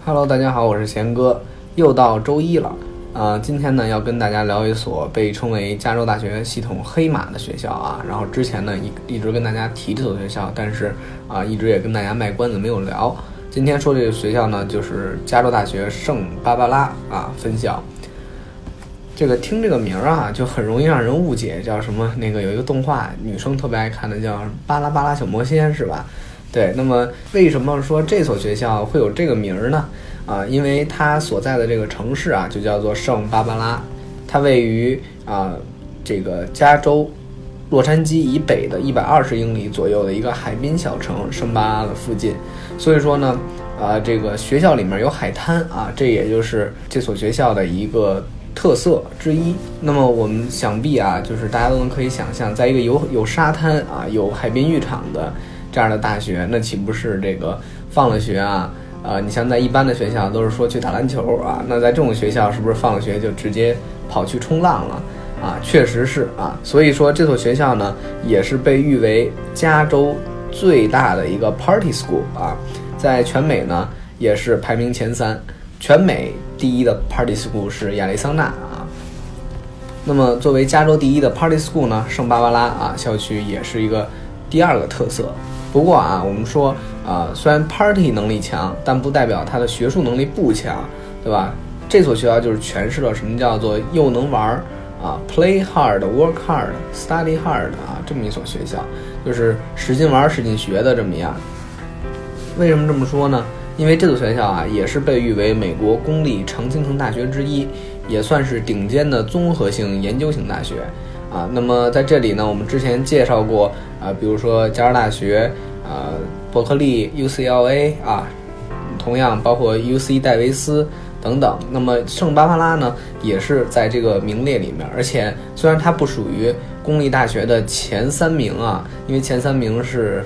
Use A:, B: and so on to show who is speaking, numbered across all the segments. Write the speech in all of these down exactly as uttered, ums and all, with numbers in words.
A: Hello， 大家好，我是贤哥，又到周一了。呃，今天呢要跟大家聊一所被称为加州大学系统黑马的学校啊。然后之前呢一一直跟大家提这所学校，但是啊、呃、一直也跟大家卖关子没有聊。今天说这个学校呢，就是加州大学圣芭芭拉啊分校。这个听这个名啊，就很容易让人误解，叫什么？那个有一个动画，女生特别爱看的，叫《巴拉巴拉小魔仙》，是吧？对。那么为什么说这所学校会有这个名呢？啊，因为它所在的这个城市啊，就叫做圣芭芭拉，它位于啊这个加州洛杉矶以北的一百二十英里左右的一个海滨小城圣芭芭拉的附近。所以说呢，啊这个学校里面有海滩啊，这也就是这所学校的一个特色之一。那么我们想必啊，就是大家都能可以想象，在一个有有沙滩啊、有海滨浴场的这样的大学，那岂不是这个放了学啊？呃，你像在一般的学校都是说去打篮球啊，那在这种学校是不是放了学就直接跑去冲浪了啊？确实是啊。所以说这所学校呢，也是被誉为加州最大的一个 party school 啊，在全美呢也是排名前三。全美第一的 party school 是亚利桑那啊。那么作为加州第一的 party school 呢，圣芭芭拉啊校区也是一个第二个特色。不过啊，我们说啊，虽然 party 能力强，但不代表它的学术能力不强，对吧？这所学校就是诠释了什么叫做又能玩啊 ，play hard, work hard, study hard 啊，这么一所学校，就是使劲玩、使劲学的这么样。为什么这么说呢？因为这所学校啊，也是被誉为美国公立常青藤大学之一，也算是顶尖的综合性研究型大学啊。那么在这里呢，我们之前介绍过啊，比如说加州大学、啊伯克利、U C L A 啊，同样包括 U C 戴维斯等等。那么圣芭芭拉呢，也是在这个名列里面，而且虽然它不属于公立大学的前三名啊，因为前三名是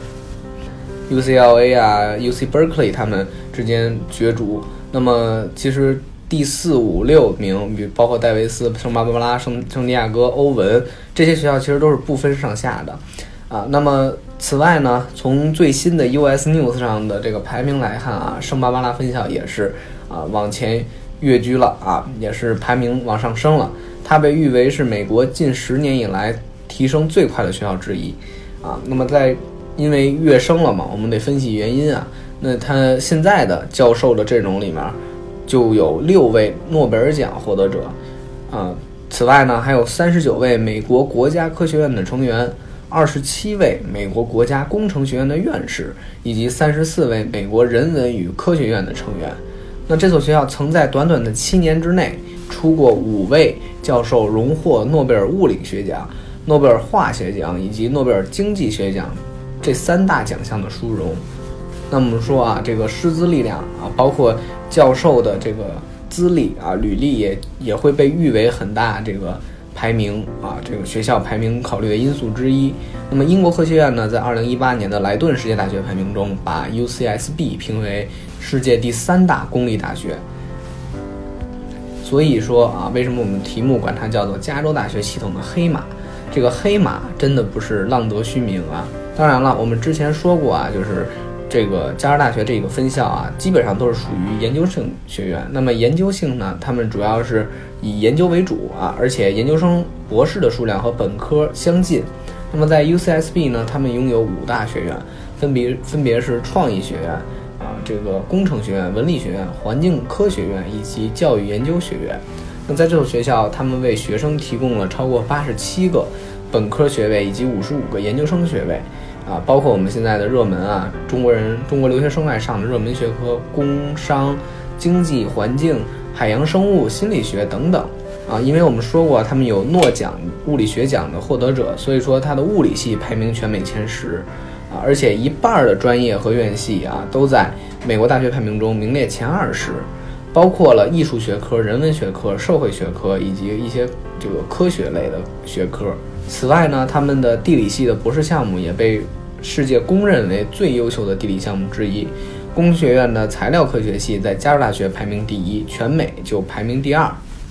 A: U C L A 啊 U C Berkeley 他们之间角逐。那么其实第四五六名，比包括戴维斯、圣芭芭拉、圣圣地亚哥、欧文这些学校其实都是不分上下的啊。那么此外呢，从最新的 U S News 上的这个排名来看啊，圣芭芭拉分校也是啊往前跃居了啊，也是排名往上升了。它被誉为是美国近十年以来提升最快的学校之一啊。那么在因为跃升了嘛，我们得分析原因啊。那他现在的教授的阵容里面就有六位诺贝尔奖获得者啊。此外呢，还有三十九位美国国家科学院的成员，二十七位美国国家工程学院的院士，以及三十四位美国人文与科学院的成员。那这所学校曾在短短的七年之内出过五位教授荣获诺贝尔物理学奖、诺贝尔化学奖以及诺贝尔经济学奖这三大奖项的殊荣。那么说啊，这个师资力量啊，包括教授的这个资历啊、履历也也会被誉为很大这个排名啊，这个学校排名考虑的因素之一。那么英国科学院呢，在二零一八年的莱顿世界大学排名中，把 U C S B 评为世界第三大公立大学。所以说啊，为什么我们题目管它叫做加州大学系统的黑马？这个黑马真的不是浪得虚名啊。当然了，我们之前说过啊，就是这个加州大学这个分校啊，基本上都是属于研究生学院。那么研究性呢，他们主要是以研究为主啊，而且研究生博士的数量和本科相近。那么在 U C S B 呢，他们拥有五大学院，分别分别是创意学院啊、这个工程学院、文理学院、环境科学院以及教育研究学院。那在这所学校，他们为学生提供了超过八十七个本科学位以及五十五个研究生学位。啊，包括我们现在的热门啊，中国人、中国留学生爱上的热门学科，工商、经济、环境、海洋生物、心理学等等啊。因为我们说过，他们有诺奖物理学奖的获得者，所以说它的物理系排名全美前十啊，而且一半的专业和院系啊都在美国大学排名中名列前二十，包括了艺术学科、人文学科、社会学科以及一些这个科学类的学科。此外呢，他们的地理系的博士项目也被世界公认为最优秀的地理项目之一。工学院的材料科学系在加州大学排名第一，全美就排名第二。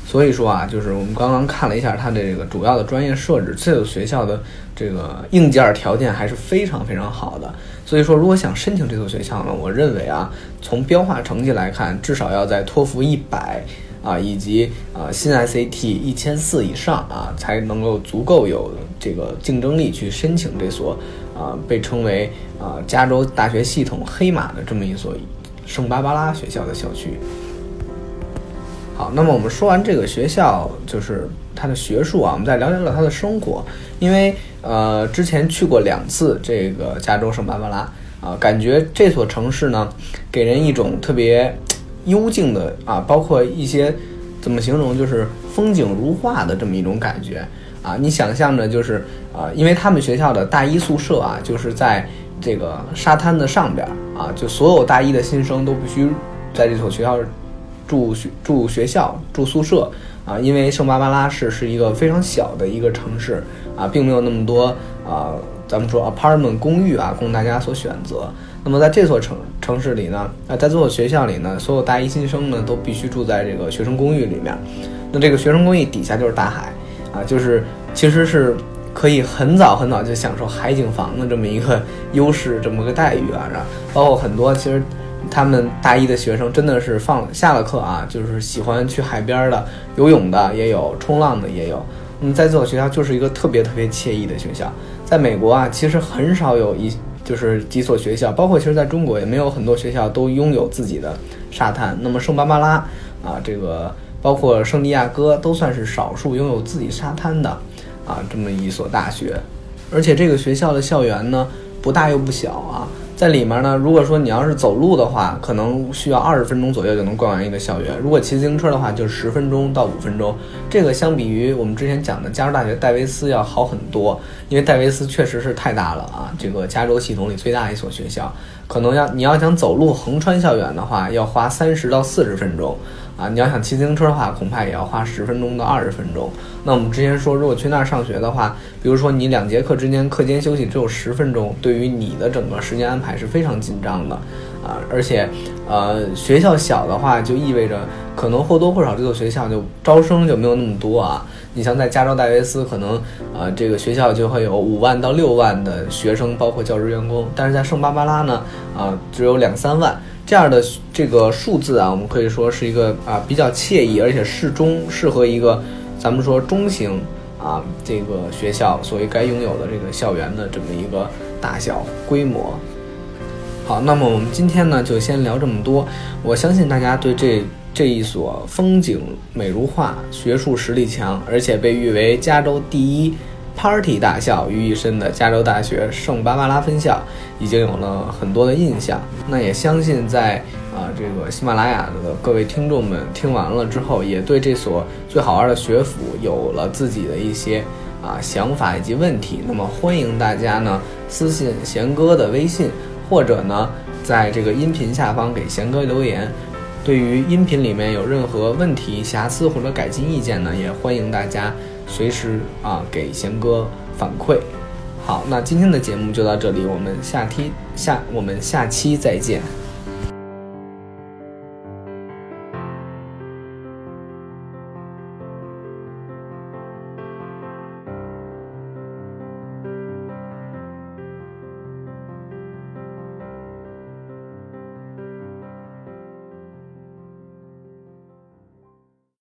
A: 所以说啊，就是我们刚刚看了一下它的这个主要的专业设置，这所学校的这个硬件条件还是非常非常好的。所以说，如果想申请这所学校呢，我认为啊，从标化成绩来看，至少要在托福一百啊，以及啊新 S A T 一千四以上啊，才能够足够有这个竞争力去申请这所啊被称为啊加州大学系统黑马的这么一所圣巴巴拉学校的校区。好，那么我们说完这个学校，就是它的学术啊，我们再聊聊它的生活。因为呃，之前去过两次这个加州圣巴巴拉啊，感觉这所城市呢，给人一种特别幽静的啊，包括一些怎么形容，就是风景如画的这么一种感觉啊。你想象着就是啊，因为他们学校的大一宿舍啊，就是在这个沙滩的上边啊，就所有大一的新生都必须在这所学校住学住学校住宿舍啊，因为圣巴巴拉市是一个非常小的一个城市啊，并没有那么多啊，咱们说 apartment 公寓啊供大家所选择。那么在这所城城市里呢，啊，在这所学校里呢，所有大一新生呢都必须住在这个学生公寓里面。那这个学生公寓底下就是大海啊，就是其实是可以很早很早就享受海景房的这么一个优势，这么个待遇啊，包括很多其实。他们大一的学生真的是放下了课啊，就是喜欢去海边的，游泳的也有，冲浪的也有。那么在这所学校就是一个特别特别惬意的学校。在美国啊，其实很少有一就是几所学校，包括其实在中国也没有很多学校都拥有自己的沙滩。那么圣巴巴拉啊，这个包括圣地亚哥都算是少数拥有自己沙滩的啊这么一所大学。而且这个学校的校园呢，不大又不小啊。在里面呢，如果说你要是走路的话，可能需要二十分钟左右就能逛完一个校园；如果骑自行车的话，就十分钟到五分钟。这个相比于我们之前讲的加州大学戴维斯要好很多，因为戴维斯确实是太大了啊，这个加州系统里最大一所学校，可能要你要想走路横穿校园的话，要花三十到四十分钟啊，你要想骑自行车的话，恐怕也要花十分钟到二十分钟。那我们之前说，如果去那儿上学的话，比如说你两节课之间课间休息只有十分钟，对于你的整个时间安排是非常紧张的啊。而且呃学校小的话，就意味着可能或多或少这所学校就招生就没有那么多啊。你像在加州戴维斯，可能呃这个学校就会有五万到六万的学生，包括教职员工，但是在圣巴巴拉呢啊、呃、只有两三万。这样的这个数字啊，我们可以说是一个啊比较惬意，而且适中，适合一个咱们说中型啊这个学校所谓该拥有的这个校园的这么一个大小规模。好，那么我们今天呢就先聊这么多。我相信大家对这这一所风景美如画、学术实力强，而且被誉为加州第一 Party 大校于一身的加州大学圣巴巴拉分校已经有了很多的印象。那也相信在啊、呃、这个喜马拉雅的各位听众们听完了之后，也对这所最好玩的学府有了自己的一些啊想法以及问题。那么欢迎大家呢私信贤哥的微信，或者呢在这个音频下方给贤哥留言。对于音频里面有任何问题、瑕疵或者改进意见呢，也欢迎大家随时啊给贤哥反馈。好，那今天的节目就到这里，我们下期下我们下期再见。